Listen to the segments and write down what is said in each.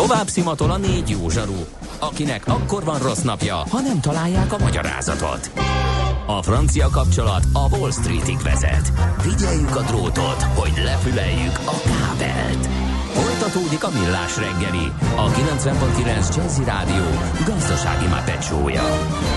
Tovább szimatol a 4 jó zsaru, akinek akkor van rossz napja, ha nem találják a magyarázatot. A francia kapcsolat a Wall Streetig vezet. Figyeljük a drótot, hogy lefüleljük a kábelt. Folytatódik a Millás reggeli, a 90.9 Jazzy Rádió gazdasági mápecsója.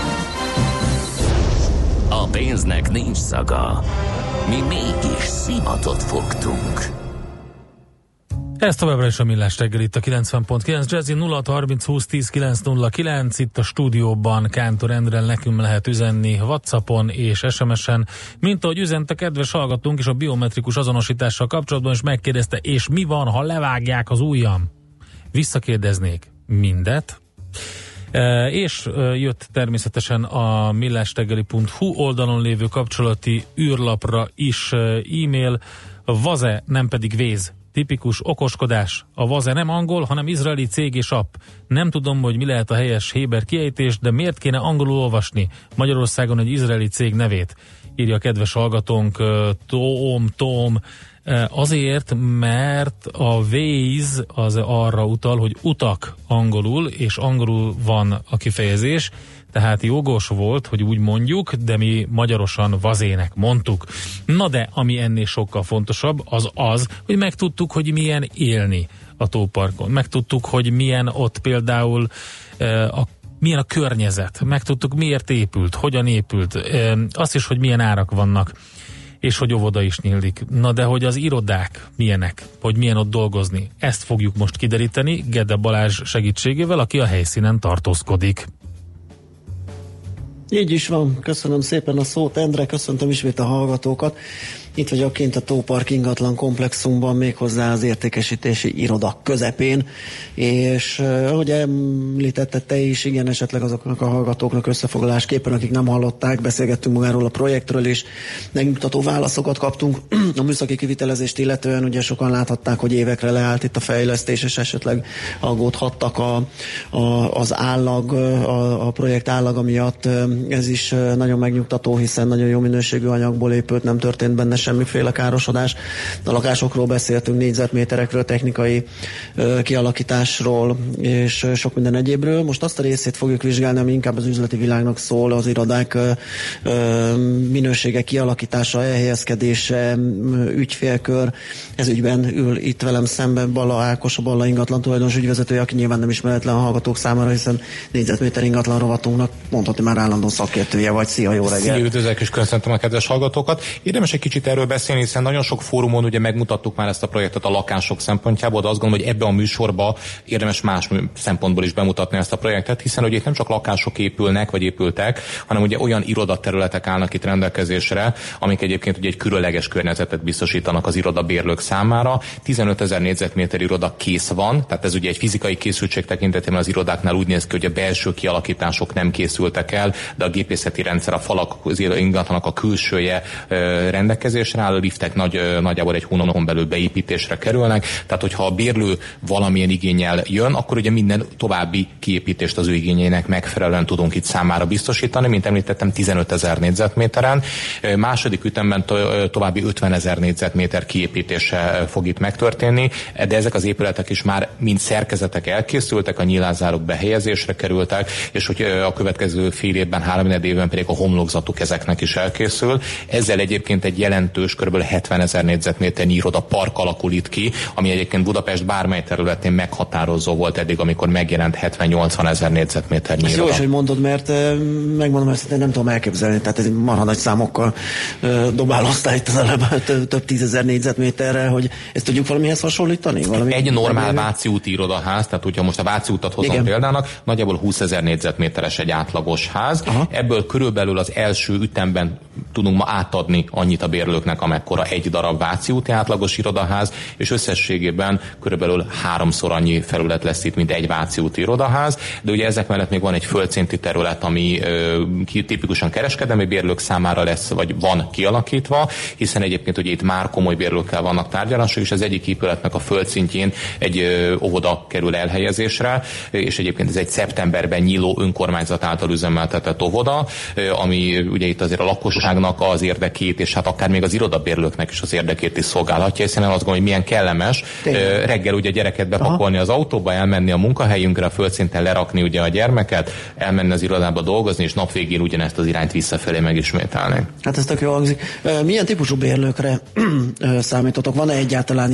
A pénznek nincs szaga. Mi mégis szimatot fogtunk. Ez továbbra is a Millás reggel itt a 90.9 Jazzy 0630 20 10 909. Itt a stúdióban Kántor Endrel nekünk lehet üzenni WhatsAppon és SMS-en, mint ahogy üzente kedves hallgatónk is a biometrikus azonosítással kapcsolatban, és megkérdezte, és mi van, ha levágják az ujjam? Visszakérdeznék mindet. És jött természetesen a millásreggeli.hu oldalon lévő kapcsolati űrlapra is e-mail, vaze, nem pedig véz. Tipikus okoskodás. A vaze nem angol, hanem izraeli cég és app. Nem tudom, hogy mi lehet a helyes héber kiejtés, de miért kéne angolul olvasni Magyarországon egy izraeli cég nevét? Írja a kedves hallgatónk Tom. Azért, mert a Waze az arra utal, hogy utak angolul, és angolul van a kifejezés, tehát jogos volt, hogy úgy mondjuk, de mi magyarosan vazének mondtuk. Na de, ami ennél sokkal fontosabb, az, hogy megtudtuk, hogy milyen élni a tóparkon. Megtudtuk, hogy milyen ott például milyen a környezet. Megtudtuk, miért épült, hogyan épült. Azt is, hogy milyen árak vannak, és hogy óvoda is nyílik. Na de, hogy az irodák milyenek, hogy milyen ott dolgozni. Ezt fogjuk most kideríteni Gede Balázs segítségével, aki a helyszínen tartózkodik. Így is van, köszönöm szépen a szót, Endre, köszöntöm ismét a hallgatókat. Itt vagyok kint a Tópark ingatlan komplexumban, méghozzá az értékesítési iroda közepén, és ahogy említette te is, igen, esetleg azoknak a hallgatóknak összefoglalásképpen, akik nem hallották, beszélgettünk magáról a projektről, és megmutató válaszokat kaptunk a műszaki kivitelezést illetően. Ugye sokan láthatták, hogy évekre leállt itt a fejlesztés, és esetleg aggódhattak az állag, a projekt állaga miatt. Ez is nagyon megnyugtató, hiszen nagyon jó minőségű anyagból épült, nem történt benne semmiféle károsodás. A lakásokról beszéltünk, négyzetméterekről, technikai kialakításról és sok minden egyébről. Most azt a részét fogjuk vizsgálni, ami inkább az üzleti világnak szól, az irodák minősége, kialakítása, elhelyezkedése, ügyfélkör. Ez ügyben ül itt velem szemben Balla Ákos, a Balla ingatlan tulajdonos ügyvezetője, aki nyilván nem ismeretlen a hallgatók számára, hiszen négyzetméter ingatlan rovatunknak mondhatni már állandó szakértője vagy. Szia, jó reggel! Szia, üdvözlök és köszöntöm a kedves hallgatókat. Érdemes egy kicsit erről beszélni, hiszen nagyon sok fórumon ugye megmutattuk már ezt a projektet a lakások szempontjából, de azt gondolom, hogy ebbe a műsorba érdemes más szempontból is bemutatni ezt a projektet, hiszen ugye itt nem csak lakások épülnek, vagy épültek, hanem ugye olyan irodaterületek állnak itt rendelkezésre, amik egyébként ugye egy különleges környezetet biztosítanak az irodabérlők számára. 15 000 négyzetméter iroda kész van, tehát ez ugye egy fizikai készültség tekintetében az irodáknál úgy néz ki, hogy a belső kialakítások nem készültek el, de a gépészeti rendszer, a falak, az ingatlanak a külsője rendelkezésre áll, a liftek nagyjából egy hónapon belül beépítésre kerülnek, tehát hogyha a bérlő valamilyen igénnyel jön, akkor ugye minden további kiépítést az ő igényének megfelelően tudunk itt számára biztosítani, mint említettem 15 000 négyzetméteren. Második ütemben további 50 000 négyzetméter kiépítése fog itt megtörténni, de ezek az épületek is már mind szerkezetek elkészültek, a nyílászárok behelyezésre kerültek, és hogy a következő fél évben, 3 évben pedig a homlokzatuk ezeknek is elkészül. Ezzel egyébként egy jelentős, kb. 70 000 négyzetméternyi irodapark alakul itt ki, ami egyébként Budapest bármely területén meghatározó volt eddig, amikor megjelent 70-80 000 négyzetméternyi iroda. Jó is, hogy mondod, mert megmondom ezt, nem tudom elképzelni, tehát ez marha nagy számokkal dobáloztál itt az előbb több 10 000 négyzetméterre, hogy ezt tudjuk valamihez hasonlítani? Egy normál Váci úti irodaház, tehát hogyha most a Váci útat hozom példának, nagyjából 20 000 négyzetméteres egy átlagos ház. Aha. Ebből körülbelül az első ütemben tudunk ma átadni annyit a bérlőknek, amekkora egy darab Váci úti átlagos irodaház, és összességében körülbelül 3-szor annyi felület lesz itt, mint egy Váci úti irodaház, de ugye ezek mellett még van egy földszinti terület, ami tipikusan kereskedelmi bérlők számára lesz, vagy van kialakítva, hiszen egyébként ugye itt már komoly bérlőkkel vannak tárgyalások, és az egyik épületnek a földszintjén egy óvoda kerül elhelyezésre, és egyébként ez egy szeptemberben nyíló önkormányzat által üzemeltetett óvoda, ami ugye itt azért a lakosságnak lakónak az érdekét, és hát akár még az irodabérlőknek is az érdekét is szolgálhatja, hiszen azt gondolom, hogy milyen kellemes reggel ugye gyereket bepakolni az autóba, elmenni a munkahelyünkre, a földszinten lerakni ugye a gyermeket, elmenni az irodába dolgozni, és nap végén ugyanezt az irányt visszafelé megismételni. Hát ez tök jól hangzik. Milyen típusú bérlőkre számítotok? Van-e egyáltalán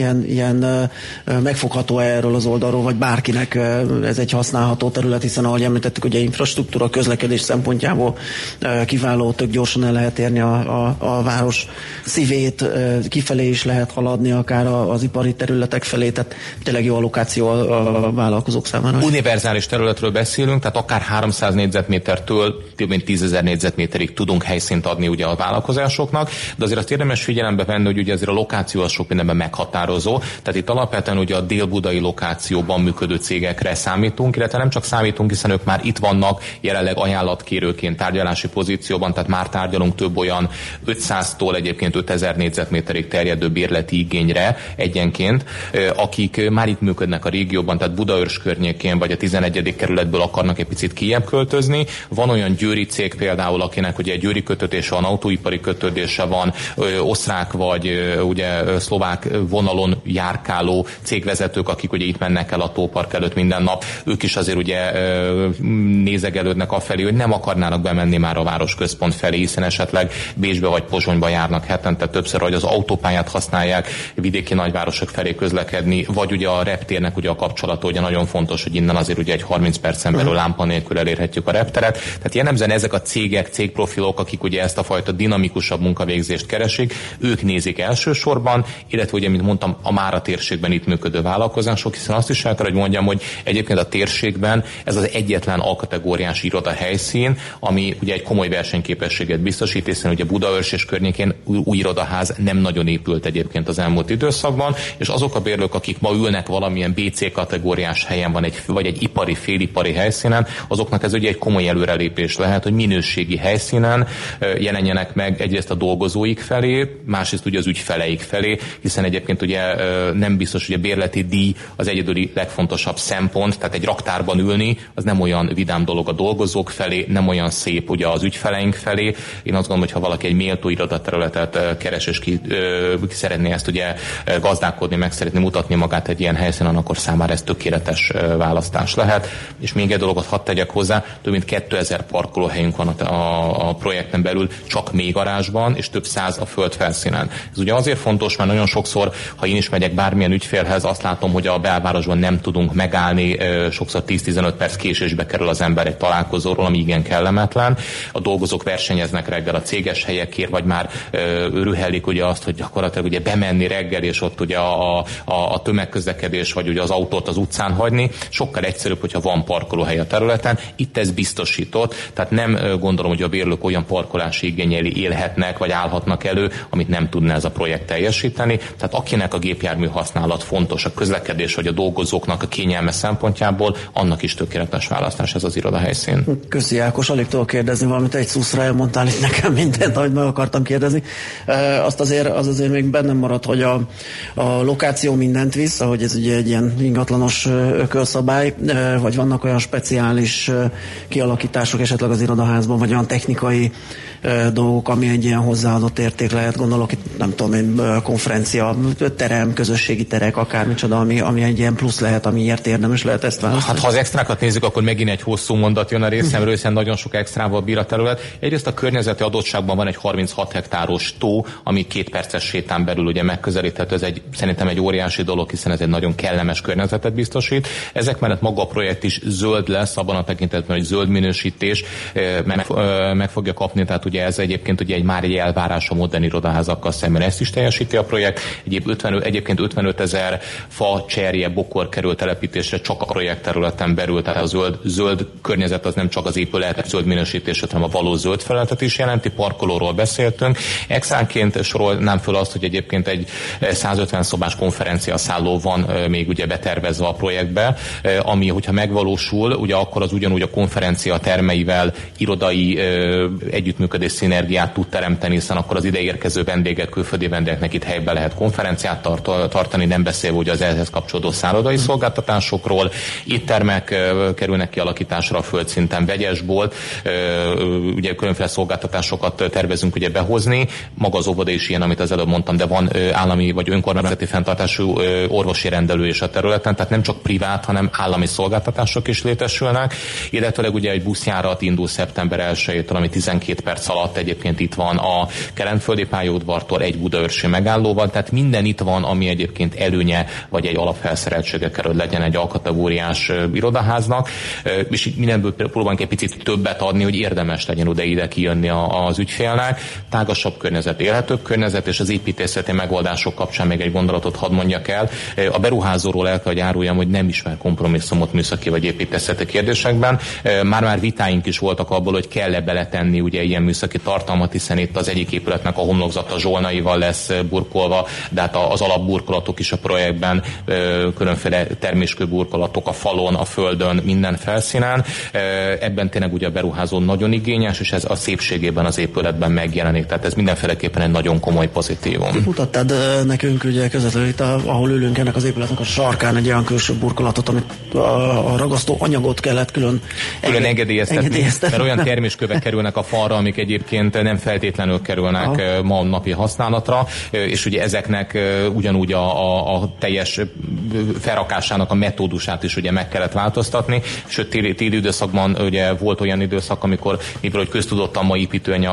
ilyen megfogható erről az oldalról, vagy bárkinek ez egy használható terület, hiszen ahogy említettük, ugye infrastruktúra, közlekedés szempontjából kiváló, tök gyorsan el lehet érni a város szívét, kifelé is lehet haladni, akár az ipari területek felé, tehát tényleg jó allokáció a vállalkozók számára. Univerzális területről beszélünk, tehát akár 300 négyzetmétertől több mint 10 000 négyzetméterig tudunk helyszínt adni ugye a vállalkozásoknak, de azért azt érdemes figyelembe venni, hogy ugye azért a lokáció az sok mindenben meghatározó, tehát itt alapvetően ugye a dél-budai lokációban működő cégekre számítunk, illetve nem csak számítunk, hiszen ők már itt vannak jelenleg ajánlatkérőként tárgyalási pozícióban, tehát már tárgyalunk több olyan 500-tól egyébként 5000 négyzetméterig terjedő bérleti igényre egyenként, akik már itt működnek a régióban, tehát Budaörs környékén vagy a 11. kerületből akarnak egy picit kijebb költözni. Van olyan győri cég például, akinek ugye győri kötődése van, autóipari kötődése van, osztrák vagy ugye szlovák vonalon járkáló cégvezetők, akik ugye itt mennek el a tópark előtt minden nap, ők is azért ugye nézegelődnek afelé, hogy nem akarnának bemenni már a városközpont felé, hiszen esetleg Bécsbe vagy Pozsonyba járnak hetente többször, hogy az autópályát használják vidéki nagyvárosok felé közlekedni, vagy ugye a reptérnek ugye a kapcsolata ugye nagyon fontos, hogy innen azért ugye egy 30 percen belül lámpa nélkül elérhetjük a repteret. Tehát jellemzően ezek a cégek, cégprofilok, akik ugye ezt a fajta dinamikusabb munkavégzést keresik, ők nézik elsősorban, illetve ugye, mint mondtam, a Mára térségben itt működő vállalkozások, hiszen azt is el kell, hogy mondjam, hogy egyébként a térségben ez az egyetlen alkategóriás irodahelyszín, ami ugye egy komoly versenyképességet biztosít, hiszen ugye Budaörs és környékén új irodaház nem nagyon épült egyébként az elmúlt időszakban, és azok a bérlők, akik ma ülnek valamilyen BC kategóriás helyen van vagy egy ipari, félipari helyszínen, azoknak ez ugye egy komoly előrelépés lehet, hogy minőségi helyszínen jelenjenek meg egyrészt a dolgozóik felé, másrészt ugye az ügyfeleik felé, hiszen egyébként ugye nem biztos, hogy a bérleti díj az egyedüli legfontosabb szempont, tehát egy raktárban ülni, az nem olyan vidám dolog a dolgozók felé, nem olyan szép ugye az ügyfeleink felé. Én azt gondolom, hogy ha valaki egy méltó irodaterületet keres, és ki szeretné ezt ugye gazdálkodni, meg szeretné mutatni magát egy ilyen helyszínen, akkor számára ez tökéletes választás lehet. És még egy dologot hadd tegyek hozzá, több mint 2000 parkolóhelyünk van a projekten belül, csak mélygarázsban, és több száz a földfelszínen. Ez ugye azért fontos, mert nagyon sokszor, ha én is megyek bármilyen ügyfélhez, azt látom, hogy a belvárosban nem tudunk megállni, sokszor 10-15 perc késésbe kerül az ember egy találkozóról, ami igen kellemetlen. A dolgozók versenyeznek reggel a céges helyekért, vagy már rühellik ugye azt, hogy gyakorlatilag ugye bemenni reggel, és ott ugye a tömegközlekedés, vagy ugye az autót az utcán hagyni. Sokkal egyszerűbb, hogyha van parkolóhely a területen. Itt ez biztosított, tehát nem gondolom, hogy a bérlők olyan parkolási igényel élhetnek, vagy állhatnak elő, amit nem tudna ez a projekt teljesíteni. Tehát akinek a gépjármű használat fontos, a közlekedés vagy a dolgozóknak a kényelme szempontjából, annak is tökéletes választás ez az irodahelyszín. Köszi Ákos, alig tudok kérdezni valamit, egy szuszra elmondtál itt nekem mindent, amit meg akartam kérdezni. Az azért még bennem maradt, hogy a lokáció mindent visz, ahogy ez ugye egy ilyen ingatlanos ökölszabály, vagy vannak olyan speciális kialakítások esetleg az irodaházban, vagy olyan technikai dolgok, ami egy ilyen hozzáadott érték lehet, gondolok itt nem tudom én, konferencia, terem, közösségi terek, akármicsoda, ami egy ilyen plusz lehet, amiért érdemes lehet ezt választani. Hát ha az extrákat nézzük, akkor megint egy hosszú mondat jön a részemről, hiszen nagyon sok extrával bír a terület. Egyrészt a környezeti adottságban van egy 36 hektáros tó, ami 2 perces sétán belül ugye megközelíthető. Ez szerintem egy óriási dolog, hiszen ez egy nagyon kellemes környezetet biztosít. Ezek mellett maga a projekt is zöld lesz, abban a tekintetben, hogy zöld minősítés meg fogja kapni, tehát ugye ez egyébként ugye már egy elvárás a modern irodaházakkal szemben, ezt is teljesíti a projekt. Egyébként 55 000 fa, cserje, bokor kerül telepítésre csak a projekt területen belül, tehát a zöld környezet az nem csak az épület zöld minősítését, hanem a való zöld felületet is jelenti. Parkolóról beszéltünk. Extránként sorolnám föl azt, hogy egyébként egy 150 szobás konferenciaszálló van még ugye betervezve a projektbe, ami, hogyha megvalósul, ugye akkor az ugyanúgy a konferencia termeivel irodai együttműködés szinergiát tud teremteni, hiszen akkor az ide érkező vendégek, külföldi vendégeknek itt helyben lehet konferenciát tartani, nem beszélve ugye az ehhez kapcsolódó szállodai szolgáltatásokról. Éttermek kerülnek kialakításra a földszinten, vegyesbolt, ugye különféle szolgáltatások szolgáltatásokat tervezünk ugye behozni. Maga az óvoda is ilyen, amit az előbb mondtam, de van állami vagy önkormányzati fenntartású orvosi rendelő is a területen, tehát nem csak privát, hanem állami szolgáltatások is létesülnek. Illetőleg ugye egy buszjárat indul szeptember 1-től, ami 12 perc alatt egyébként itt van a Kelenföldi pályaudvartól egy budaörsi megállóval, tehát minden itt van, ami egyébként előnye, vagy egy alapfelszereltsége kell, hogy legyen egy alkategóriás irodaháznak, és mindenből próbálunk egy picit többet adni, hogy érdemes legyen ide kijönni az ügyfélnek. Tágasabb környezet, élhetőbb környezet, és az építészeti megoldások kapcsán még egy gondolatot hadd mondjak el. A beruházóról el kell, hogy áruljam, hogy nem ismer kompromisszumot műszaki vagy építészeti kérdésekben. Már vitáink is voltak abból, hogy kell-e beletenni ugye ilyen műszaki tartalmat, hiszen itt az egyik épületnek a homlokzata zsolnaival lesz burkolva, de hát az alapburkolatok is a projektben, különféle terméskő burkolatok a falon, a földön, minden felszínen. Ebben tényleg ugye a beruházó nagyon igényes, és ez a szépségében az épületben megjelenik. Tehát ez mindenféleképpen egy nagyon komoly pozitívum. Mutattad nekünk ugye közvetlenül itt, ahol ülünk ennek az épületnek a sarkán egy olyan külső burkolatot, amit a ragasztó anyagot kellett külön engedélyeztetni. Mert olyan terméskövek kerülnek a falra, amik egyébként nem feltétlenül kerülnek ma napi használatra, és ugye ezeknek ugyanúgy a teljes felrakásának a metódusát is ugye meg kellett változtatni, sőt téli időszakban ugye volt olyan időszak, amikor mivel hogy köztudottan ma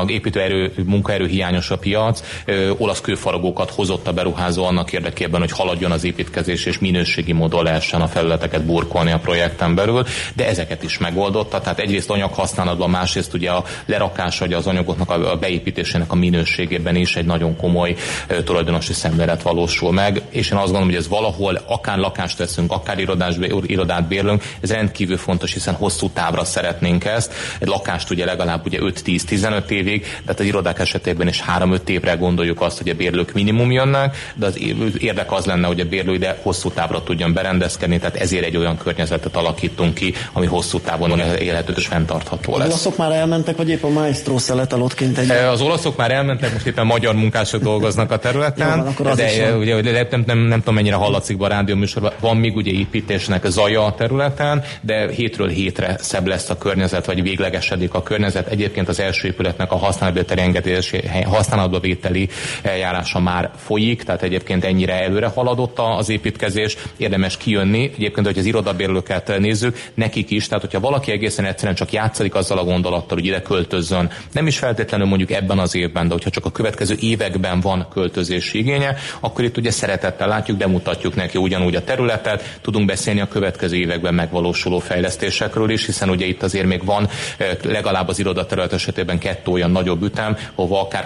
munkaerő hiányos a piac, olasz kőfaragókat hozott a beruházó annak érdekében, hogy haladjon az építkezés, és minőségi módon lehessen a felületeket burkolni a projekten belül, de ezeket is megoldotta, tehát egyrészt anyaghasználatban, másrészt ugye a lerakás, vagy az anyagoknak a beépítésének a minőségében is egy nagyon komoly tulajdonosi szemlélet valósul meg, és én azt gondolom, hogy ez valahol akár lakást veszünk, akár irodát bérlünk, ez rendkívül fontos, hiszen hosszú távra szeretnénk ezt. Egy lakást ugye legalább ugye 5-10-15 évig, de az irodák esetében is 3-5 évre gondoljuk azt, hogy a bérlők minimum jönnek, de az érdek az lenne, hogy a bérlő ide hosszú távra tudjon berendezkedni, tehát ezért egy olyan környezetet alakítunk ki, ami hosszú távon élhető és fenntartható lesz. Az olaszok már elmentek, vagy épp a maestro szelet ott kint egy... Az olaszok már elmentek, most éppen magyar munkások dolgoznak a területen, de ugye nem tudom mennyire hallatszik a rádióműsorban, van még ugye építésnek zaja a területen, de hétről hétre szebb lesz a környezet, vagy véglegesedik a környezet. Egyébként az első épületnek a használatba vételi eljárása már folyik, tehát egyébként ennyire előre haladott az építkezés. Érdemes kijönni. Egyébként, hogy az irodabérlőket nézzük, nekik is, tehát hogyha valaki egészen egyszerűen csak játszik azzal a gondolattal, hogy ide költözzön, nem is feltétlenül mondjuk ebben az évben, de hogyha csak a következő években van költözési igénye, akkor itt ugye szeretettel látjuk, bemutatjuk neki ugyanúgy a területet, tudunk beszélni a következő években megvalósuló fejlesztésekről is, hiszen ugye itt azért még van legalább az irodaterület esetében 2 olyan nagyobb ütem, hova akár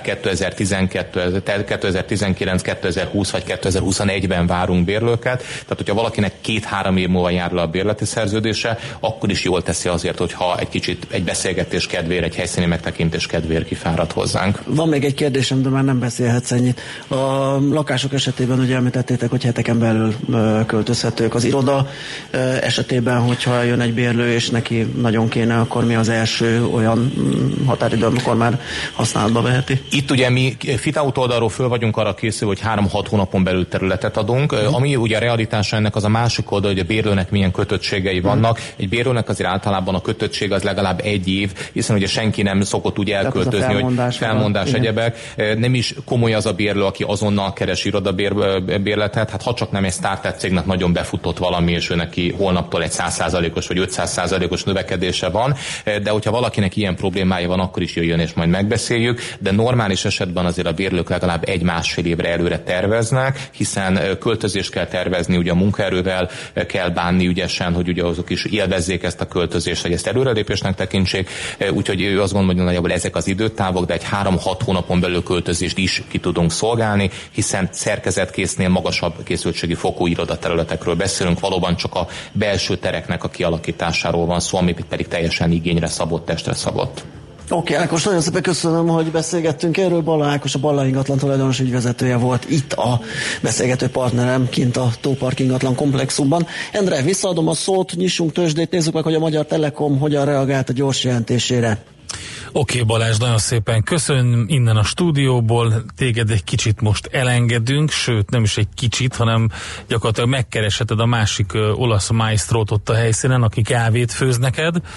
2019, 2020 vagy 2021-ben várunk bérlőket. Tehát, hogyha valakinek 2-3 év múlva jár le a bérleti szerződése, akkor is jól teszi azért, hogyha egy kicsit egy beszélgetés kedvéért, egy helyszíni megtekintés kedvéért kifárad hozzánk. Van még egy kérdésem, de már nem beszélhetsz ennyit. A lakások esetében ugye említettétek, hogy heteken belül költözhetők. Az iroda esetében, hogyha jön egy bérlő, és neki nagyon kéne, akkor mi az első olyan határidő, amikor már használatba veheti? Itt ugye mi fit-out oldalról föl vagyunk arra készül, hogy 3-6 hónapon belül területet adunk. Ami ugye a realitása ennek az a másik oldal, hogy a bérlőnek milyen kötöttségei vannak. Egy bérlőnek azért általában a kötöttség az legalább 1 év, hiszen ugye senki nem szokott úgy elköltözni, hogy felmondás egyebek. Nem is komoly az a bérlő, aki azonnal keres irodabérletet, hát ha csak nem egy startup cégnek nagyon befutott valami, és ő neki holnaptól egy 100%-os vagy 500%-os növekedése van, de hogyha valakinek ilyen problémája van, akkor is jöjjön és majd megbeszéljük, de normális esetben azért a bérlők legalább 1-1,5 évre előre terveznek, hiszen költözést kell tervezni, ugye a munkaerővel kell bánni ügyesen, hogy ugye azok is élvezzék ezt a költözést, hogy ezt előrelépésnek tekintsék, úgyhogy ő azt gondolom, hogy nagyjából ezek az időtávok, de egy 3-6 hónapon belül költözést is ki tudunk szolgálni, hiszen szerkezetkésznél magasabb készültségi fokú irodaterületekről beszélünk, valóban csak a belső tereknek a kialakításáról van szó, ami pedig teljesen igényre szabott, testre szabott. Oké, Ákos, nagyon szépen köszönöm, hogy beszélgettünk erről. Balla Ákos, a Balla ingatlan tulajdonos ügyvezetője volt itt a beszélgető partnerem kint a Tópark ingatlan komplexumban. Endre, visszaadom a szót, nyissunk tőzsdét, nézzük meg, hogy a Magyar Telekom hogyan reagált a gyors jelentésére. Oké, Balázs, nagyon szépen köszönöm innen a stúdióból, téged egy kicsit most elengedünk, sőt nem is egy kicsit, hanem gyakorlatilag megkeresheted a másik olasz maestrót ott a helyszínen, aki kávét főz neked,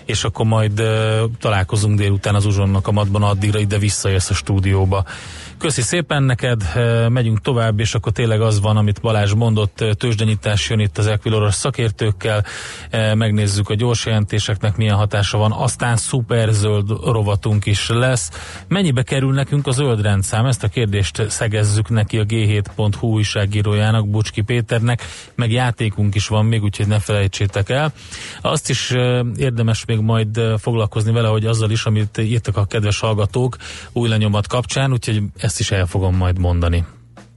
és akkor majd találkozunk délután az Uzsonnakamatban, addigra ide visszaérsz a stúdióba. Köszi szépen neked, megyünk tovább, és akkor tényleg az van, amit Balázs mondott, tőzsdenyítás jön itt az Equiloros szakértőkkel, megnézzük a gyors jelentéseknek milyen hatása van, aztán szuper zöld rovatunk is lesz. Mennyibe kerül nekünk a zöld rendszám? Ezt a kérdést szegezzük neki a G7.hu újságírójának, Bucski Péternek, meg játékunk is van még, úgyhogy ne felejtsétek el. Azt is érdemes még majd foglalkozni vele, hogy azzal is, amit írtak a kedves hallgatók új lenyomat kapcsán, úgyhogy ezt is el fogom majd mondani.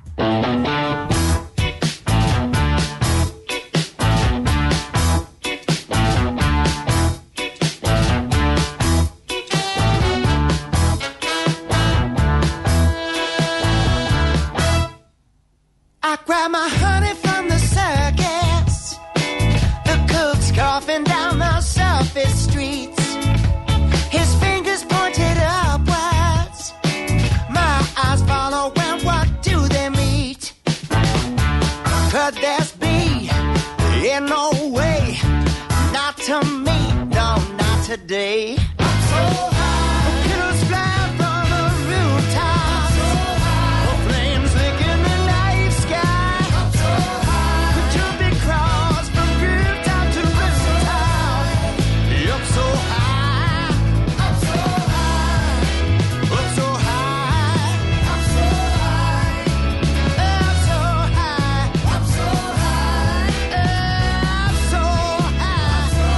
Today, I'm so high. Pillows fly from the rooftop. I'm so high. Flames licking the night sky. I'm so high. Could you be cross from rooftop to rooftop? Up so high. I'm so high. Up so high. I'm so high. Up so high. I'm so high. Up so high. I'm so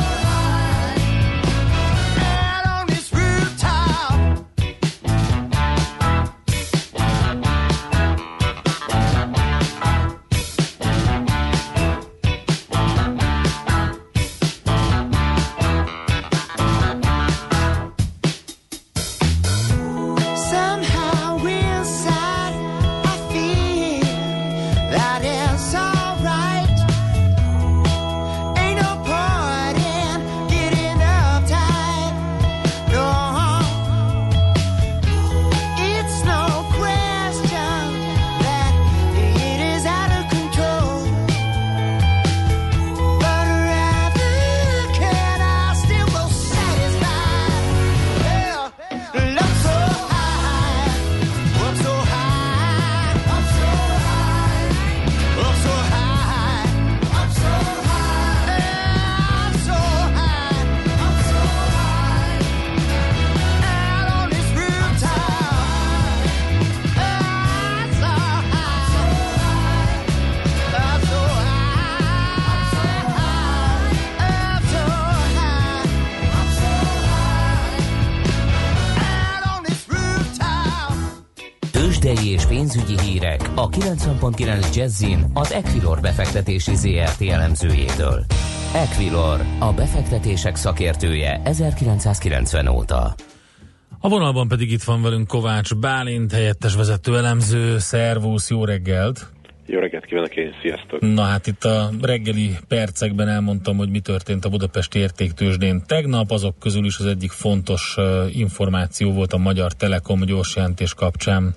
Tőzsdei és pénzügyi hírek a 90.9 Jazzin az Equilor befektetési ZRT elemzőjétől. Equilor, a befektetések szakértője 1990 óta. A vonalban pedig itt van velünk Kovács Bálint, helyettes vezető elemző. Szervusz, jó reggelt! Jó reggelt kívánok én, sziasztok! Na hát itt a reggeli percekben elmondtam, hogy mi történt a budapesti értéktőzsdén tegnap, azok közül is az egyik fontos információ volt a Magyar Telekom gyorsjelentés kapcsán.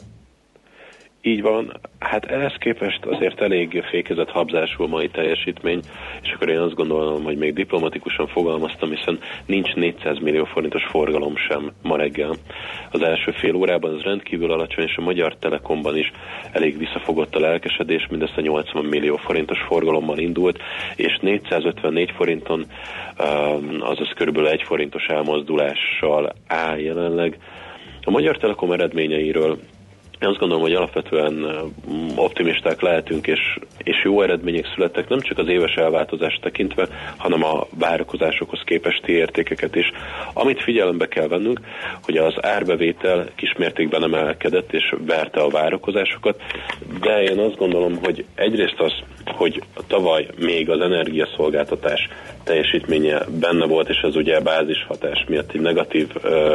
Így van, hát ehhez képest azért elég fékezett habzású a mai teljesítmény, és akkor én azt gondolom, hogy még diplomatikusan fogalmaztam, hiszen nincs 400 millió forintos forgalom sem ma reggel. Az első fél órában az rendkívül alacsony, és a Magyar Telekomban is elég visszafogott a lelkesedés, mindössze 80 millió forintos forgalommal indult, és 454 forinton, azaz körülbelül 1 forintos elmozdulással áll jelenleg. A Magyar Telekom eredményeiről én azt gondolom, hogy alapvetően optimisták lehetünk, és jó eredmények születtek, nem csak az éves elváltozást tekintve, hanem a várakozásokhoz képesti értékeket is. Amit figyelembe kell vennünk, hogy az árbevétel kismértékben emelkedett és verte a várakozásokat, de én azt gondolom, hogy egyrészt az, hogy tavaly még az energiaszolgáltatás teljesítménye benne volt, és ez ugye bázishatás miatt egy negatív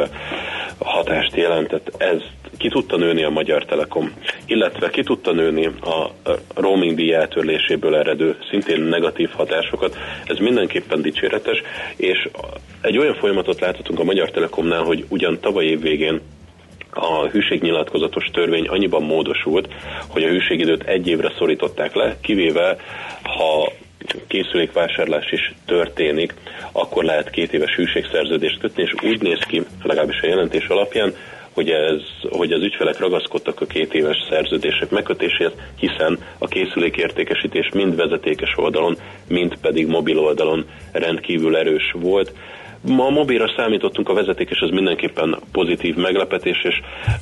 hatást jelentett, ez ki tudta nőni a Magyar Telekom, illetve ki tudta nőni a roaming díj eltörléséből eredő szintén negatív hatásokat. Ez mindenképpen dicséretes, és egy olyan folyamatot láthatunk a Magyar Telekomnál, hogy ugyan tavaly év végén a hűségnyilatkozatos törvény annyiban módosult, hogy a hűségidőt 1 évre szorították le, kivéve ha készülékvásárlás is történik, akkor lehet 2 éves hűségszerződést kötni, és úgy néz ki, legalábbis a jelentés alapján, hogy az ügyfelek ragaszkodtak a 2 éves szerződések megkötéséhez, hiszen a készülékértékesítés mind vezetékes oldalon, mind pedig mobil oldalon rendkívül erős volt. Ma a mobilra számítottunk, a vezetékes az mindenképpen pozitív meglepetés, és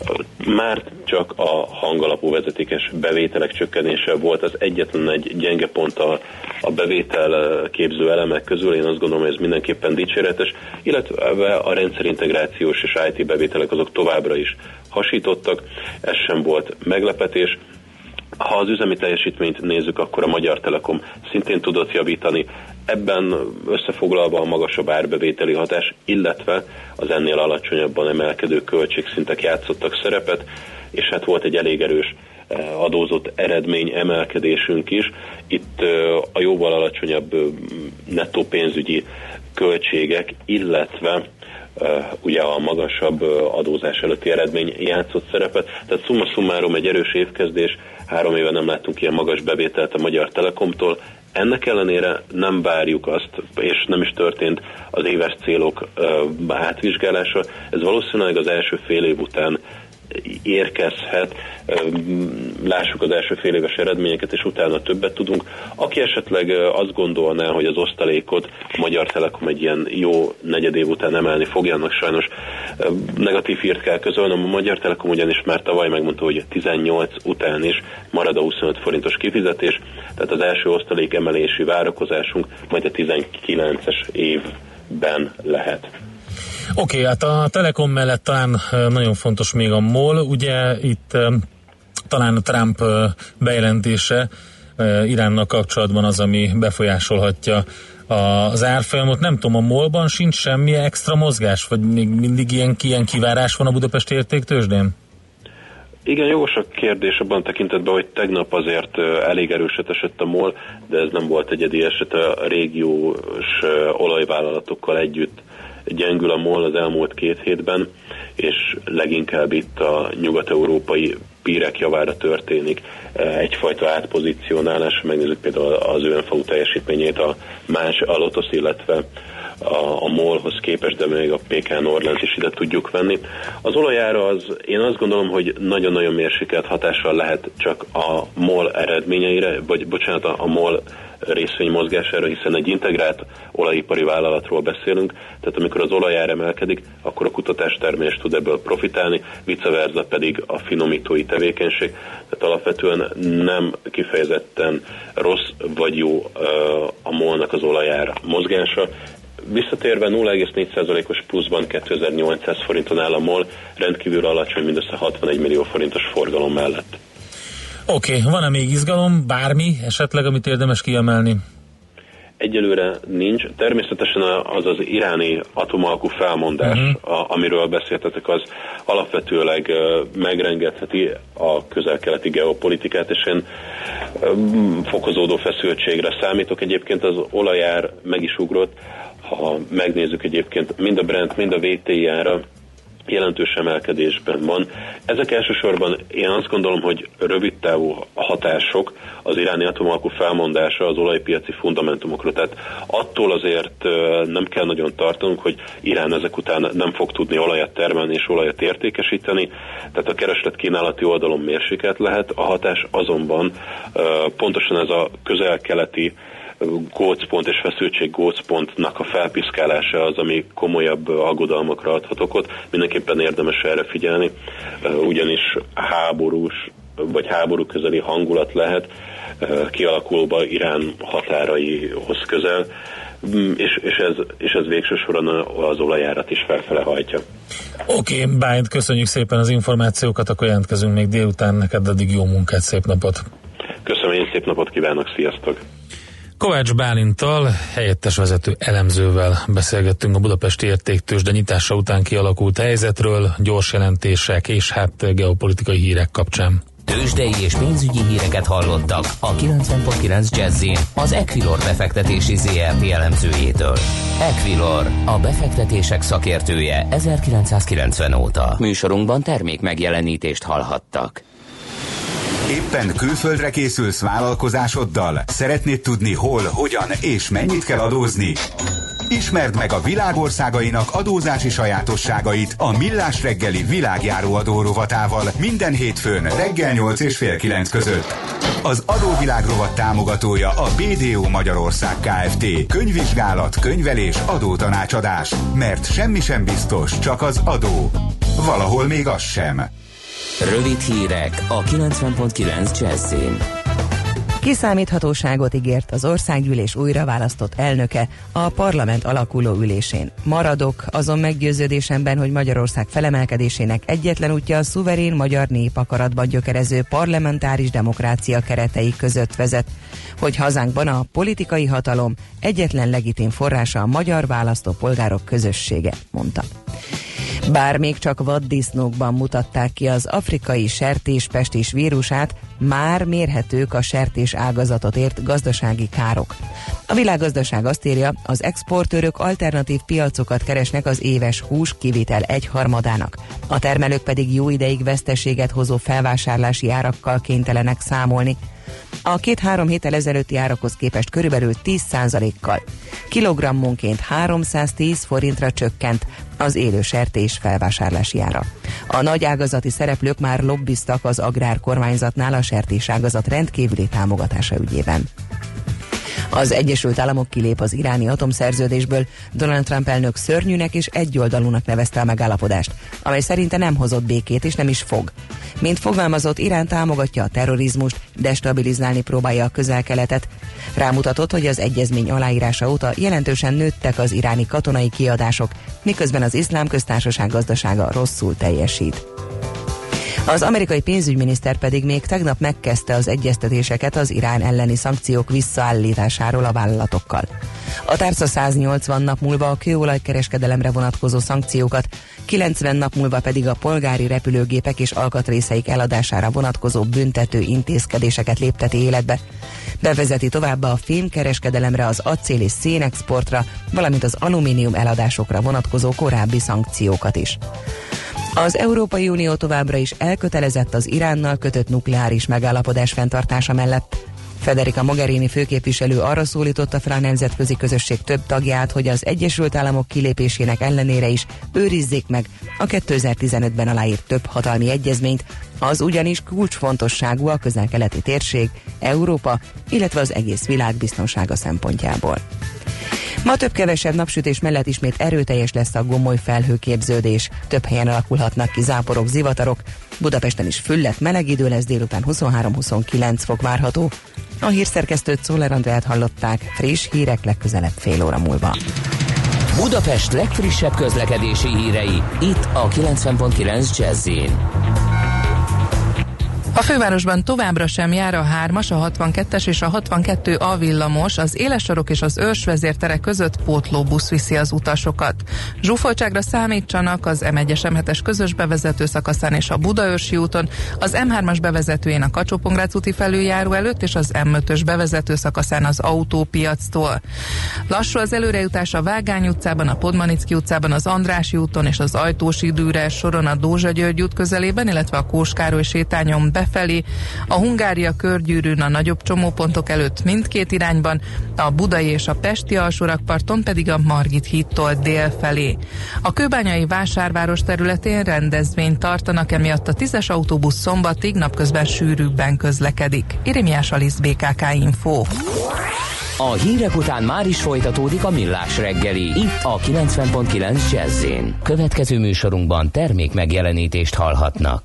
már csak a hangalapú vezetékes bevételek csökkenése volt az egyetlen egy gyenge pont a bevétel képző elemek közül. Én azt gondolom, hogy ez mindenképpen dicséretes, illetve a rendszerintegrációs és IT bevételek azok továbbra is hasítottak, ez sem volt meglepetés. Ha az üzemi teljesítményt nézzük, akkor a Magyar Telekom szintén tudott javítani. Ebben összefoglalva a magasabb árbevételi hatás, illetve az ennél alacsonyabban emelkedő költségszintek játszottak szerepet, és hát volt egy elég erős adózott eredmény emelkedésünk is. Itt a jóval alacsonyabb nettó pénzügyi költségek, illetve ugye a magasabb adózás előtti eredmény játszott szerepet. Tehát summa summarum egy erős évkezdés, 3 éve nem láttunk ilyen magas bevételt a Magyar Telekomtól. Ennek ellenére nem várjuk azt, és nem is történt az éves célok átvizsgálása. Ez valószínűleg az első fél év után érkezhet, lássuk az első fél éves eredményeket, és utána többet tudunk. Aki esetleg azt gondolná, hogy az osztalékot a Magyar Telekom egy ilyen jó negyedév után emelni fogja, annak sajnos negatív hírt kell közölnöm. A Magyar Telekom ugyanis már tavaly megmondta, hogy 18 után is marad a 25 forintos kifizetés, tehát az első osztalék emelési várakozásunk majd a 19-es évben lehet. Oké, hát a Telekom mellett talán nagyon fontos még a MOL, ugye itt talán a Trump bejelentése Iránnal kapcsolatban az, ami befolyásolhatja az árfolyamot. Nem tudom, a MOL-ban sincs semmi extra mozgás, vagy még mindig ilyen kivárás van a Budapesti Értéktőzsdén? Igen, jogos a kérdés abban tekintetben, hogy tegnap azért elég erőset esett a MOL, de ez nem volt egyedi eset, a régiós olajvállalatokkal együtt gyengül a MOL az elmúlt 2 hétben, és leginkább itt a nyugat-európai pírek javára történik egyfajta átpozícionálás. Megnézzük például az ÖN-falu teljesítményét, a Lotos, illetve a MOL-hoz képest, de még a PK Norland is ide tudjuk venni. Az olajára én azt gondolom, hogy nagyon-nagyon mérsékelt hatással lehet csak a MOL eredményeire, vagy bocsánat, a MOL részvény mozgására, hiszen egy integrált olajipari vállalatról beszélünk, tehát amikor az olajár emelkedik, akkor a kutatástermelés tud ebből profitálni, vice versa pedig a finomítói tevékenység, tehát alapvetően nem kifejezetten rossz vagy jó a MOL-nak az olajár mozgása. Visszatérve 0,4%-os pluszban 2800 forinton áll a MOL, rendkívül alacsony, mindössze 61 millió forintos forgalom mellett. Oké, van-e még izgalom, bármi esetleg, amit érdemes kiemelni? Egyelőre nincs. Természetesen az iráni atomalkú felmondás, amiről beszéltetek, az alapvetőleg megrengetheti a közel-keleti geopolitikát, és én fokozódó feszültségre számítok. Egyébként az olajár meg is ugrott, ha megnézzük egyébként mind a Brent, mind a WTI ára, jelentős emelkedésben van. Ezek elsősorban én azt gondolom, hogy rövidtávú hatások az iráni atomalkú felmondása az olajpiaci fundamentumokra. Tehát attól azért nem kell nagyon tartanunk, hogy Irán ezek után nem fog tudni olajat termelni és olajat értékesíteni. Tehát a kereslet-kínálati oldalon mérsékelt lehet. A hatás azonban pontosan ez a közel-keleti gócpont és feszültség gócpontnak a felpiszkálása az, ami komolyabb aggodalmakra adhat okot. Mindenképpen érdemes erre figyelni, ugyanis háború közeli hangulat lehet kialakulva Irán határaihoz közel, és ez végső soron az olajárat is felfele hajtja. Oké, Bájnt, köszönjük szépen az információkat, akkor jelentkezünk még délután, neked addig jó munkát, szép napot! Köszönöm, én szép napot kívánok, sziasztok! Kovács Bálinttal, helyettes vezető elemzővel beszélgettünk a Budapesti Értéktőzsde nyitása után kialakult helyzetről, gyors jelentések és hát geopolitikai hírek kapcsán. Tőzsdei és pénzügyi híreket hallottak a 90.9 Jazzin az Equilor befektetési ZRT elemzőjétől. Equilor, a befektetések szakértője 1990 óta. Műsorunkban termék megjelenítést hallhattak. Éppen külföldre készülsz vállalkozásoddal? Szeretnéd tudni hol, hogyan és mennyit kell adózni? Ismerd meg a világ országainak adózási sajátosságait a Millás reggeli világjáró adó rovatával minden hétfőn reggel 8 és fél 9 között. Az adóvilág rovat támogatója a BDO Magyarország Kft. Könyvvizsgálat, könyvelés, adótanácsadás. Mert semmi sem biztos, csak az adó. Valahol még az sem. Rövid hírek a 90.9 Jazzin. Kiszámíthatóságot ígért az országgyűlés újra választott elnöke a parlament alakuló ülésén. Maradok azon meggyőződésemben, hogy Magyarország felemelkedésének egyetlen útja a szuverén magyar népakaratban gyökerező parlamentáris demokrácia keretei között vezet, hogy hazánkban a politikai hatalom egyetlen legitim forrása a magyar választópolgárok közössége, mondta. Bár még csak vaddisznókban mutatták ki az afrikai sertéspestis vírusát, már mérhetők a sertés ágazatot ért gazdasági károk. A világgazdaság azt írja, az exportőrök alternatív piacokat keresnek az éves hús kivitel 1/3-ának. A termelők pedig jó ideig veszteséget hozó felvásárlási árakkal kénytelenek számolni. A 2-3 héttel ezelőtti árakhoz képest körülbelül 10%-kal. Kilogrammonként 310 forintra csökkent az élő sertés felvásárlási ára. A nagy ágazati szereplők már lobbiztak az agrárkormányzatnál a sertéságazat rendkívüli támogatása ügyében. Az Egyesült Államok kilép az iráni atomszerződésből. Donald Trump elnök szörnyűnek és egyoldalúnak nevezte a megállapodást, amely szerinte nem hozott békét és nem is fog. Mint fogalmazott, Irán támogatja a terrorizmust, destabilizálni próbálja a Közel-Keletet. Rámutatott, hogy az egyezmény aláírása óta jelentősen nőttek az iráni katonai kiadások, miközben az Iszlám Köztársaság gazdasága rosszul teljesít. Az amerikai pénzügyminiszter pedig még tegnap megkezdte az egyeztetéseket az Irán elleni szankciók visszaállításáról a vállalatokkal. A tárca 180 nap múlva a kőolajkereskedelemre vonatkozó szankciókat, 90 nap múlva pedig a polgári repülőgépek és alkatrészeik eladására vonatkozó büntető intézkedéseket lépteti életbe. Bevezeti továbbá a fémkereskedelemre, az acél és szénexportra, valamint az alumínium eladásokra vonatkozó korábbi szankciókat is. Az Európai Unió továbbra is elkötelezett az Iránnal kötött nukleáris megállapodás fenntartása mellett. Federica Mogherini főképviselő arra szólította fel a nemzetközi közösség több tagját, hogy az Egyesült Államok kilépésének ellenére is őrizzék meg a 2015-ben aláírt több hatalmi egyezményt, az ugyanis kulcsfontosságú a közel-keleti térség, Európa, illetve az egész világ biztonsága szempontjából. Ma több-kevesebb napsütés mellett ismét erőteljes lesz a gomoly felhőképződés. Több helyen alakulhatnak ki záporok, zivatarok. Budapesten is fülledt meleg idő lesz, délután 23-29 fok várható. A hírszerkesztőt, Szoller Andrát hallották, friss hírek legközelebb fél óra múlva. Budapest legfrissebb közlekedési hírei, itt a 90.9 Jazz-in. A fővárosban továbbra sem jár a 3-as, a 62-es és a 62A villamos, az Élessarok és az Őrs vezértere között pótlóbusz viszi az utasokat. Zsúfoltságra számítsanak az M1-es M7-es közös bevezető szakaszán és a Budaörsi úton, az M3-as bevezetőjén a Kacsó-Pongrác úti felüljáró előtt és az M5-ös bevezető szakaszán az autópiactól. Lassú az előrejutás a Vágány utcában, a Podmanicki utcában, az Andrássy úton és az Ajtósi Dűre soron a Dózsa György út közelében, illetve a Kós Károly sétányon befelé, a Hungária körgyűrűn a nagyobb csomópontok előtt mindkét irányban, a budai és a pesti alsórakparton pedig a Margit hídtól dél felé. A kőbányai vásárváros területén rendezvényt tartanak, emiatt a 10-es autóbusz szombatig napközben sűrűbben közlekedik. Irimiás Alisz, BKK Info. A hírek után már is folytatódik a Millás reggeli, itt a 90.9 Jazz-in. Következő műsorunkban termék megjelenítést hallhatnak.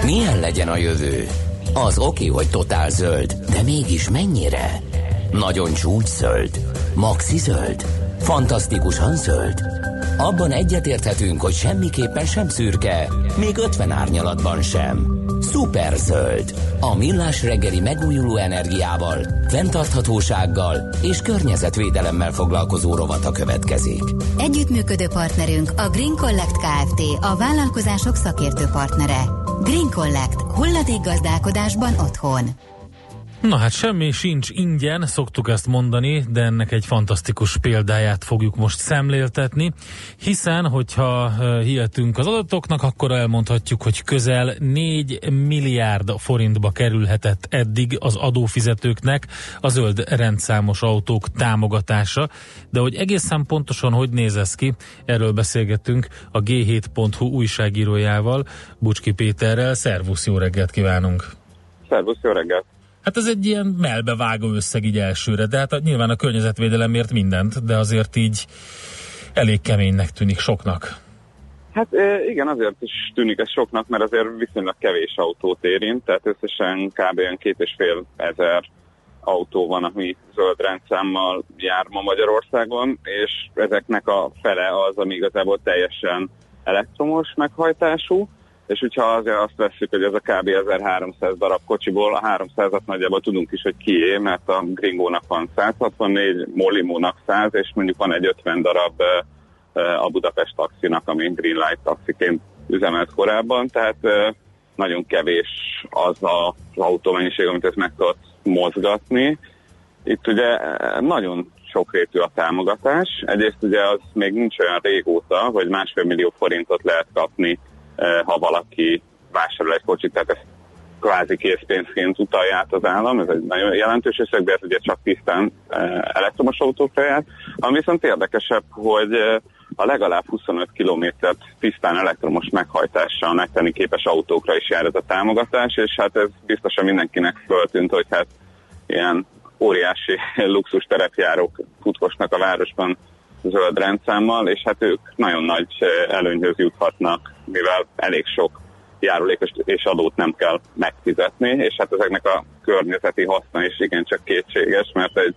Milyen legyen a jövő? Az oké, hogy totál zöld, de mégis mennyire? Nagyon csúcszöld? Maxi zöld? Fantasztikusan zöld? Abban egyetérthetünk, hogy semmiképpen sem szürke, még 50 árnyalatban sem. Szuper zöld. A Millás reggeli megújuló energiával, fenntarthatósággal és környezetvédelemmel foglalkozó rovata következik. Együttműködő partnerünk a Green Collect Kft. A vállalkozások szakértő partnere. Green Collect. Hulladékgazdálkodásban otthon. Na hát semmi sincs ingyen, szoktuk ezt mondani, de ennek egy fantasztikus példáját fogjuk most szemléltetni, hiszen, hogyha hihetünk az adatoknak, akkor elmondhatjuk, hogy közel 4 milliárd forintba kerülhetett eddig az adófizetőknek a zöld rendszámos autók támogatása, de hogy egészen pontosan hogy néz ez ki, erről beszélgettünk a G7.hu újságírójával, Bucski Péterrel. Szervusz, jó reggelt kívánunk! Szervusz, jó reggelt! Hát ez egy ilyen melbevágó összeg így elsőre, de hát nyilván a környezetvédelemért mindent, de azért így elég keménynek tűnik, soknak. Hát igen, azért is tűnik ez soknak, mert azért viszonylag kevés autót érint, tehát összesen kb. 2500 autó van, ami zöld rendszámmal jár ma Magyarországon, és ezeknek a fele az, ami igazából teljesen elektromos meghajtású, és hogyha azért azt vesszük, hogy ez a kb. 1300 darab kocsiból, a 300-at nagyjából tudunk is, hogy kié, mert a Gringónak van 164, Molimónak 100, és mondjuk van egy 50 darab a Budapest taxinak, ami Green Light taxiként üzemelt korábban, tehát nagyon kevés az az autómennyiség, amit ezt meg tudod mozgatni. Itt ugye nagyon sokrétű a támogatás. Egyrészt ugye az még nincs olyan régóta, hogy 1,5 millió forintot lehet kapni, ha valaki vásárol egy kocsit, tehát ezt kvázi készpénzként utalja át az állam, ez egy nagyon jelentős összeg, de ez ugye csak tisztán elektromos autókra jár. Ami viszont érdekesebb, hogy a legalább 25 kilométert tisztán elektromos meghajtással megtenni képes autókra is jár ez a támogatás, és hát ez biztosan mindenkinek föltűnt, hogy hát ilyen óriási luxus terepjárók futkosnak a városban zöld rendszámmal, és hát ők nagyon nagy előnyhöz juthatnak, mivel elég sok járulékos és adót nem kell megfizetni, és hát ezeknek a környezeti haszna is igencsak kétséges, mert egy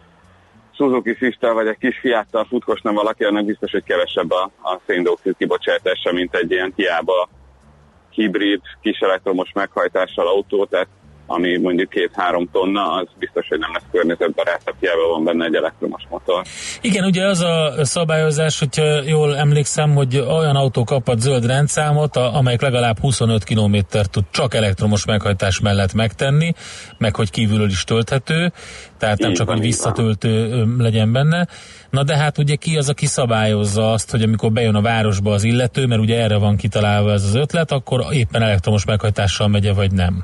Suzuki Swift-tel vagy egy kis Fiattal futkosna valaki, annak biztos, hogy kevesebb a széndioxid kibocsátása, mint egy ilyen hiába hibrid, kis elektromos meghajtással autó, tehát ami mondjuk 2-3 tonna, az biztos, hogy nem lesz környezetbarátabb, hiába van benne egy elektromos motor. Igen, ugye az a szabályozás, hogyha jól emlékszem, hogy olyan autó kaphat zöld rendszámot, amelyik legalább 25 kilométert tud csak elektromos meghajtás mellett megtenni, meg hogy kívülről is tölthető, tehát nem csak, hogy visszatöltő legyen benne. Na de hát ugye ki az, aki szabályozza azt, hogy amikor bejön a városba az illető, mert ugye erre van kitalálva ez az ötlet, akkor éppen elektromos meghajtással megye, vagy nem?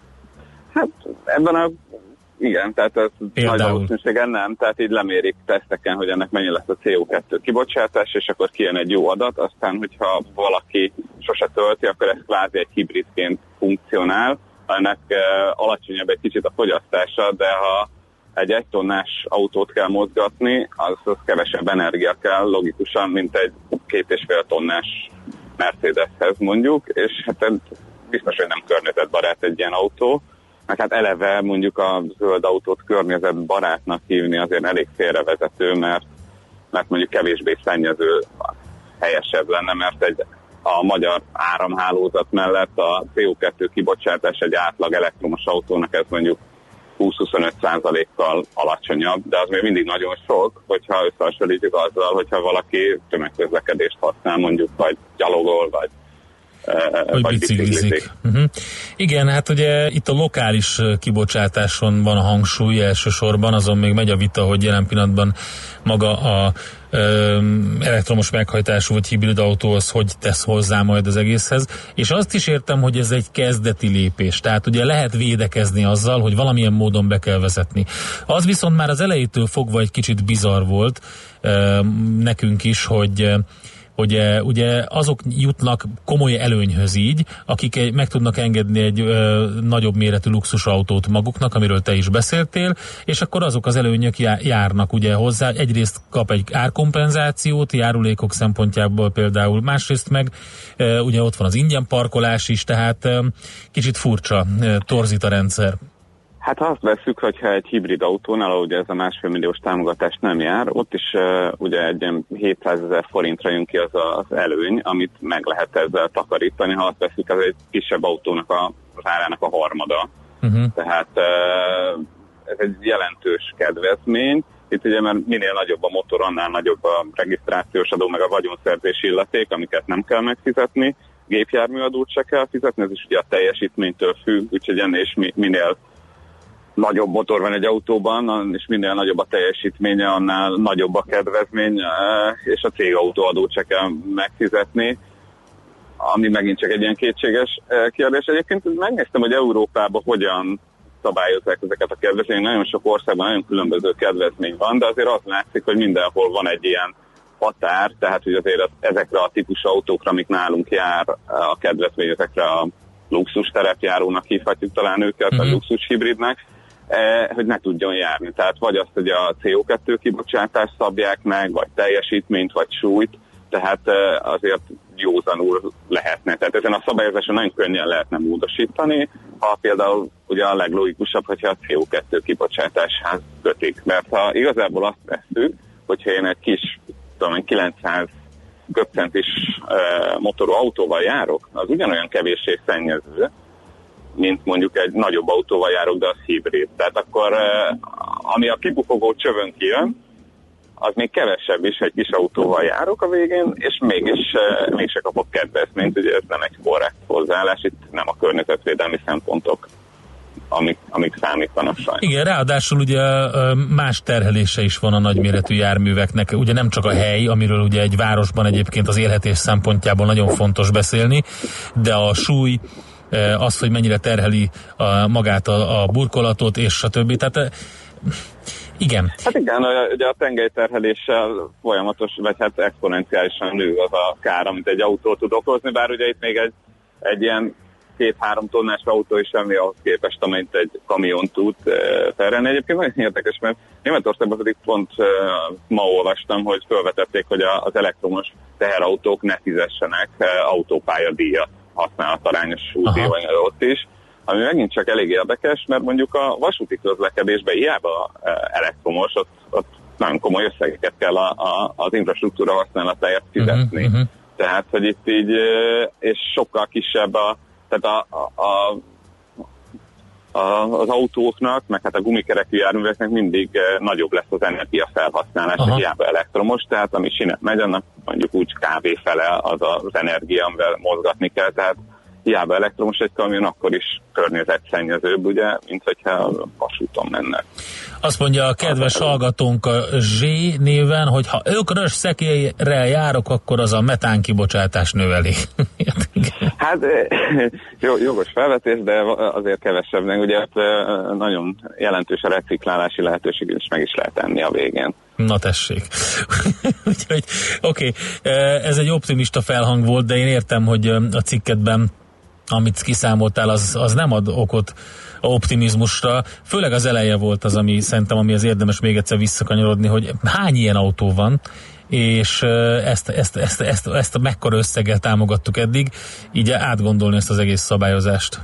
Hát ebben igen, tehát ez nagy valószínűséggel nem, tehát így lemérik teszteken, hogy ennek mennyi lesz a CO2 kibocsátás, és akkor kijön egy jó adat, aztán hogyha valaki sose tölti, akkor ez kvázi egy hibridként funkcionál, ennek alacsonyabb egy kicsit a fogyasztása, de ha egy 1 tonnás autót kell mozgatni, az kevesebb energia kell logikusan, mint egy 2,5 tonnás Mercedeshez mondjuk, és hát biztos, hogy nem környezetbarát egy ilyen autó. Meg hát eleve mondjuk a zöld autót környezetbarátnak hívni azért elég félrevezető, mert mondjuk kevésbé szennyező helyesebb lenne, mert a magyar áramhálózat mellett a CO2 kibocsátás egy átlag elektromos autónak ez mondjuk 20-25%-kal alacsonyabb, de az még mindig nagyon sok, hogyha összehasonlítjuk azzal, hogyha valaki tömegközlekedést használ, mondjuk vagy gyalogol, vagy biciklizik. Igen, hát ugye itt a lokális kibocsátáson van a hangsúly elsősorban, azon még megy a vita, hogy jelen pillanatban maga a elektromos meghajtású vagy hibrid autó az hogy tesz hozzá majd az egészhez, és azt is értem, hogy ez egy kezdeti lépés, tehát ugye lehet védekezni azzal, hogy valamilyen módon be kell vezetni. Az viszont már az elejétől fogva egy kicsit bizarr volt nekünk is, hogy ugye azok jutnak komoly előnyhöz így, akik meg tudnak engedni egy nagyobb méretű luxusautót maguknak, amiről te is beszéltél, és akkor azok az előnyök járnak ugye hozzá. Egyrészt kap egy árkompenzációt, járulékok szempontjából például, másrészt meg ugye ott van az ingyen parkolás is, tehát kicsit furcsa, torzít a rendszer. Hát ha azt vesszük, hogyha egy hibrid autónál, ugye ez a 1,5 milliós támogatás nem jár, ott is ugye egy 700 000 forintra jön ki az előny, amit meg lehet ezzel takarítani, ha azt vesszük, ez egy kisebb autónak az árának a harmada. Tehát ez egy jelentős kedvezmény. Itt ugye mert minél nagyobb a motor, annál nagyobb a regisztrációs adó, meg a vagyonszerzési illeték, amiket nem kell megfizetni. Gépjárműadót se kell fizetni, ez is ugye a teljesítménytől függ, úgyhogy ennél is minél nagyobb motor van egy autóban, és minél nagyobb a teljesítménye, annál nagyobb a kedvezmény, és a cégautóadót se kell megfizetni, ami megint csak egy ilyen kétséges kérdés. Egyébként megnéztem, hogy Európában hogyan szabályozzák ezeket a kedvezményeket. Nagyon sok országban nagyon különböző kedvezmény van, de azért az látszik, hogy mindenhol van egy ilyen határ, tehát hogy azért ezekre a típusú autókra, amik nálunk jár a kedvezmény, ezekre a luxus terepjárónak hívhatjuk talán őket, a luxus hibridnek, hogy ne tudjon járni. Tehát vagy azt, hogy a CO2 kibocsátást szabják meg, vagy teljesítményt, vagy súlyt, tehát azért józanul lehetne. Tehát ezen a szabályozáson nagyon könnyen lehetne módosítani, ha például ugye a leglogikusabb, hogyha a CO2 kibocsátáshoz kötik. Mert ha igazából azt vesszük, hogyha én egy kis, tudom, 900 köbcentis motorú autóval járok, az ugyanolyan kevéssé szennyező, mint mondjuk egy nagyobb autóval járok, de az hibrid. Tehát akkor, ami a kibukogó csövön kijön, az még kevesebb is, egy kis autóval járok a végén, és mégse kapok kedvezményt, ugye ez nem egy korrekt hozzáállás, itt nem a környezetvédelmi szempontok, amik számítanak sajnos. Igen, ráadásul ugye más terhelése is van a nagyméretű járműveknek, ugye nem csak a hely, amiről ugye egy városban egyébként az élhetés szempontjából nagyon fontos beszélni, de a súly, az, hogy mennyire terheli magát a burkolatot, és a többi. Tehát igen. Hát igen, ugye a tengelyterheléssel folyamatos, vagy hát exponenciálisan nő az a kár, amit egy autó tud okozni, bár ugye itt még egy ilyen 2-3 tonnás autó is semmi ahhoz képest, amit egy kamion tud terelni. Egyébként nagyon érdekes, mert Németországban pedig pont ma olvastam, hogy felvetették, hogy az elektromos teherautók ne fizessenek autópályadíjat használatarányos útdíjon ott is, ami megint csak elég érdekes, mert mondjuk a vasúti közlekedésben hiába elektromos, ott nagyon komoly összegeket kell az infrastruktúra használatáért fizetni. Tehát, hogy itt így, és sokkal kisebb tehát az autóknak, meg hát a gumikerekű járműveknek mindig nagyobb lesz az energiafelhasználás, hiába elektromos, tehát ami sinet megy, annak mondjuk úgy kb. Fele az energia, amivel mozgatni kell, tehát hiába elektromos egy kamion, akkor is környezetszennyezőbb, ugye, mint hogyha vasúton mennek. Azt mondja a kedves hallgatónk a Z néven, hogy ha ökrös szekélyrel járok, akkor az a metán kibocsátás növeli. Hát jogos felvetés, de azért kevesebbnek, ugye nagyon jelentős a reciklálási lehetőség, és meg is lehet tenni a végén. Na tessék. Úgyhogy oké, ez egy optimista felhang volt, de én értem, hogy a cikkedben, amit kiszámoltál, az nem ad okot optimizmusra. Főleg az eleje volt az, ami szerintem, amihez érdemes még egyszer visszakanyarodni, hogy hány ilyen autó van, és ezt a mekkora összeggel támogattuk eddig, így átgondolni ezt az egész szabályozást.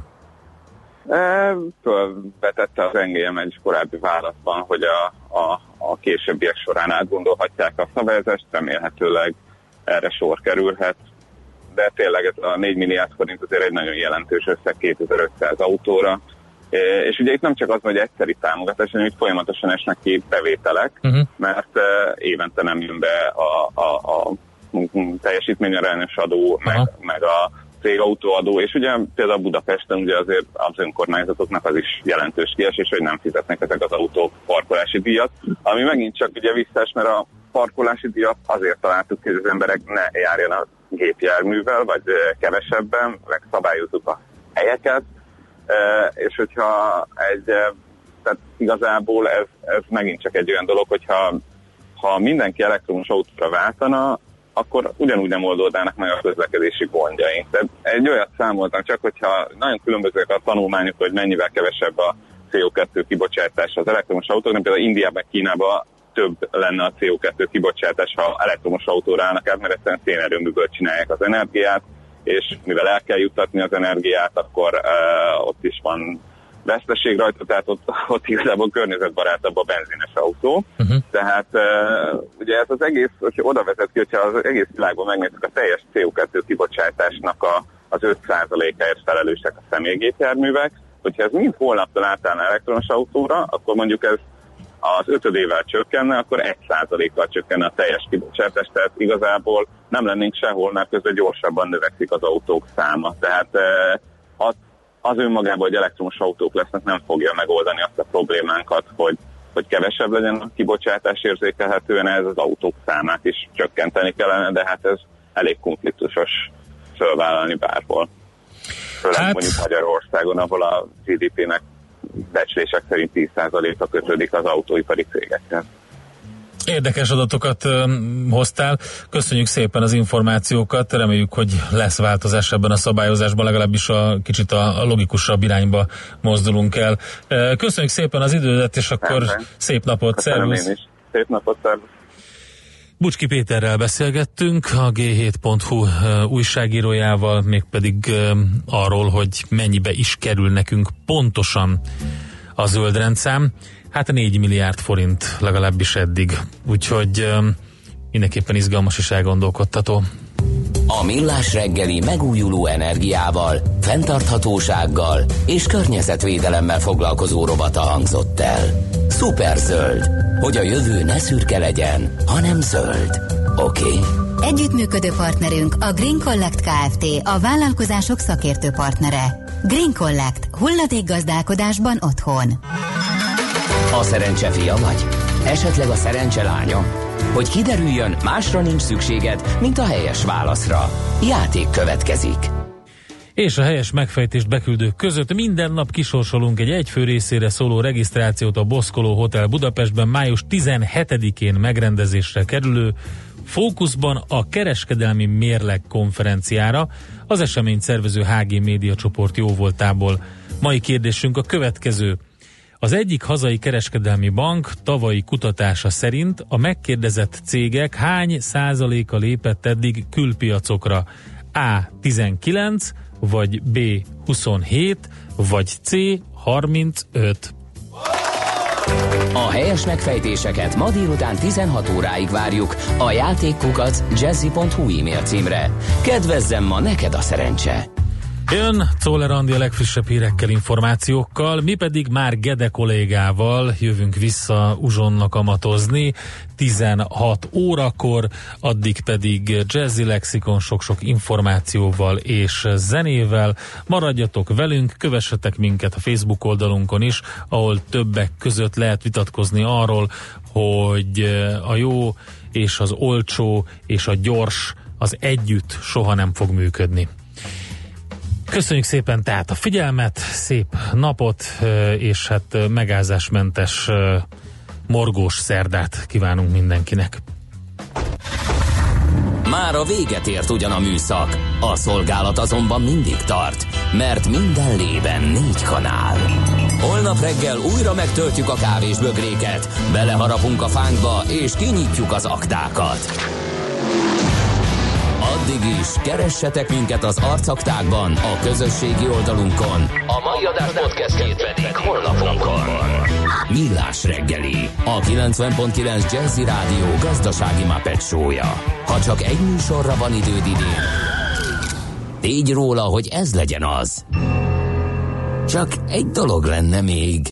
Fölvetette az engelyem egy korábbi válaszban, hogy a későbbiek során átgondolhatják a szabályozást, remélhetőleg erre sor kerülhet, de tényleg ez a 4 milliárd forint azért egy nagyon jelentős összeg 2500 autóra, és ugye itt nem csak az, hogy egyszeri támogatás, hanem itt folyamatosan esnek ki bevételek, mert évente nem jön be a teljesítményarányos adó, meg a cégautóadó, és ugye például Budapesten ugye azért az önkormányzatoknak az is jelentős kiesés, hogy nem fizetnek ezek az autók parkolási díjat, ami megint csak ugye visszás, mert a parkolási díjat azért találtuk, hogy az emberek ne járjanak gépjárművel, vagy kevesebben, meg szabályozzuk a helyeket, és hogyha tehát igazából ez megint csak egy olyan dolog, hogyha mindenki elektromos autóra váltana, akkor ugyanúgy nem oldódnának meg a közlekedési gondjaink. Tehát egy olyat számoltam, csak hogyha nagyon különbözőek a tanulmányok, hogy mennyivel kevesebb a CO2 kibocsátás az elektromos autóknak, például Indiában, Kínában több lenne a CO2 kibocsátás, ha elektromos autóra állnak át, mert egyszerűen szénerőműből csinálják az energiát, és mivel el kell juttatni az energiát, akkor ott is van veszteség rajta, tehát ott igazából környezetbarátabb a benzines autó. Tehát ugye ez az egész, hogyha oda vezet ki, hogyha az egész világban megnézzük, a teljes CO2 kibocsátásnak az 5%-áért felelősek a személygépjárművek, hogyha ez mind holnaptól átállna elektromos autóra, akkor mondjuk ez az 5-ével csökkenne, akkor 1%-kal csökkenne a teljes kibocsátás, tehát igazából nem lennénk sehol, mert közben gyorsabban növekszik az autók száma. Tehát az önmagában, hogy elektromos autók lesznek, nem fogja megoldani azt a problémánkat, hogy kevesebb legyen a kibocsátás érzékelhetően, ez az autók számát is csökkenteni kellene, de hát ez elég konfliktusos fölvállalni bárhol. Főleg mondjuk Magyarországon, ahol a GDP-nek becslések szerint 10%-a kötődik az autóipari cégekhez. Érdekes adatokat hoztál. Köszönjük szépen az információkat. Reméljük, hogy lesz változás ebben a szabályozásban, legalábbis kicsit a logikusabb irányba mozdulunk el. Köszönjük szépen az idődet, és akkor szép napot, szervusz! Szép napot, szervusz! Bucski Péterrel beszélgettünk, a G7.hu újságírójával, mégpedig arról, hogy mennyibe is kerül nekünk pontosan a zöldrendszám. Hát 4 milliárd forint legalábbis eddig. Úgyhogy mindenképpen izgalmas és elgondolkodtató. A Millás reggeli megújuló energiával, fenntarthatósággal és környezetvédelemmel foglalkozó rovata hangzott el. Szuperzöld, hogy a jövő ne szürke legyen, hanem zöld. Oké? Együttműködő partnerünk a Green Collect Kft. A vállalkozások szakértő partnere. Green Collect. Hulladékgazdálkodásban otthon. A szerencse fia vagy? Esetleg a szerencse lánya? Hogy kiderüljön, másra nincs szükséged, mint a helyes válaszra. Játék következik. És a helyes megfejtést beküldők között minden nap kisorsolunk egy egyfő részére szóló regisztrációt a Boszkoló Hotel Budapestben május 17-én megrendezésre kerülő Fókuszban a kereskedelmi mérleg konferenciára, az eseményt szervező HG Média csoport jóvoltából. Mai kérdésünk a következő. Az egyik hazai kereskedelmi bank tavalyi kutatása szerint a megkérdezett cégek hány százaléka lépett eddig külpiacokra? A. 19, vagy B. 27, vagy C. 35. A helyes megfejtéseket ma délután 16 óráig várjuk a játékkukac@jazzy.hu e-mail címre. Kedvezzem ma neked a szerencse! Jön Czoller Andi a legfrissebb hírekkel, információkkal, mi pedig már Gede kollégával jövünk vissza uzsonnak amatozni 16 órakor, addig pedig Jazzy Lexikon sok-sok információval és zenével. Maradjatok velünk, kövessetek minket a Facebook oldalunkon is, ahol többek között lehet vitatkozni arról, hogy a jó és az olcsó és a gyors az együtt soha nem fog működni. Köszönjük szépen tehát a figyelmet, szép napot, és hát megázásmentes, morgós szerdát kívánunk mindenkinek. Már a véget ért ugyan a műszak, a szolgálat azonban mindig tart, mert minden lében 4 kanál. Holnap reggel újra megtöltjük a kávésbögréket, beleharapunk a fánkba és kinyitjuk az aktákat. Addig is keressetek minket az arcaktákban, a közösségi oldalunkon. A mai adás podcastjét pedig honlapunkon. Millás reggeli, a 90.9 Jazzy Rádió gazdasági Muppet show-ja. Ha csak egy műsorra van időd idén, tégy róla, hogy ez legyen az. Csak egy dolog lenne még.